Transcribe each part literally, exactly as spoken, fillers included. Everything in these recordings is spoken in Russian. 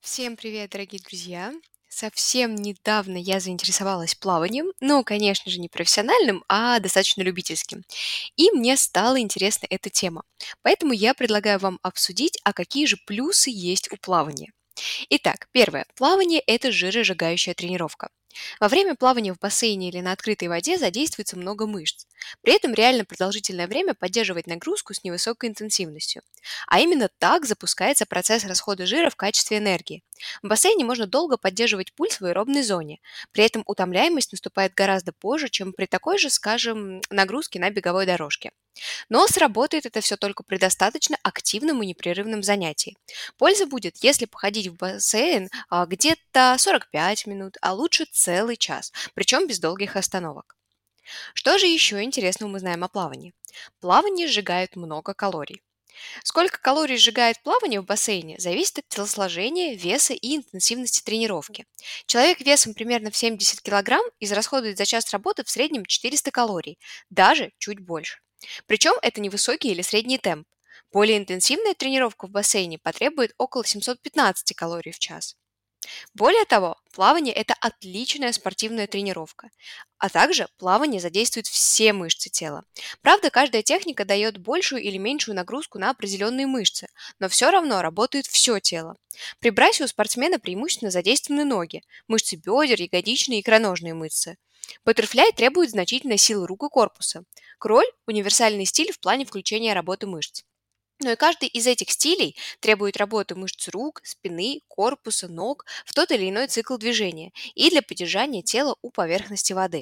Всем привет, дорогие друзья! Совсем недавно я заинтересовалась плаванием, но, конечно же, не профессиональным, а достаточно любительским. И мне стала интересна эта тема. Поэтому я предлагаю вам обсудить, а какие же плюсы есть у плавания. Итак, первое. Плавание– это жиросжигающая тренировка. Во время плавания в бассейне или на открытой воде задействуется много мышц. При этом реально продолжительное время поддерживать нагрузку с невысокой интенсивностью. А именно так запускается процесс расхода жира в качестве энергии. В бассейне можно долго поддерживать пульс в аэробной зоне. При этом утомляемость наступает гораздо позже, чем при такой же, скажем, нагрузке на беговой дорожке. Но сработает это все только при достаточно активном и непрерывном занятии. Польза будет, если походить в бассейн а, где-то сорок пять минут, а лучше целый час, причем без долгих остановок. Что же еще интересного мы знаем о плавании? Плавание сжигает много калорий. Сколько калорий сжигает плавание в бассейне, зависит от телосложения, веса и интенсивности тренировки. Человек весом примерно в семьдесят килограмм израсходует за час работы в среднем четыреста калорий, даже чуть больше. Причем это невысокий или средний темп. Более интенсивная тренировка в бассейне потребует около семьсот пятнадцать калорий в час. Более того, плавание– это отличная спортивная тренировка, а также плавание задействует все мышцы тела. Правда, каждая техника дает большую или меньшую нагрузку на определенные мышцы, но все равно работает все тело. При брасе у спортсмена преимущественно задействованы ноги, мышцы бедер, ягодичные и икроножные мышцы. Баттерфляй требует значительной силы рук и корпуса. Кроль– универсальный стиль в плане включения работы мышц. Но и каждый из этих стилей требует работы мышц рук, спины, корпуса, ног в тот или иной цикл движения и для поддержания тела у поверхности воды.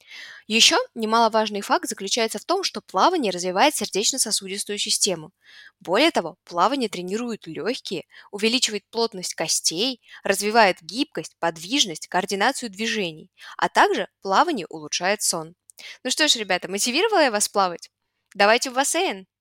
Еще немаловажный факт заключается в том, что плавание развивает сердечно-сосудистую систему. Более того, плавание тренирует легкие, увеличивает плотность костей, развивает гибкость, подвижность, координацию движений, а также плавание улучшает сон. Ну что ж, ребята, мотивировала я вас плавать? Давайте в бассейн!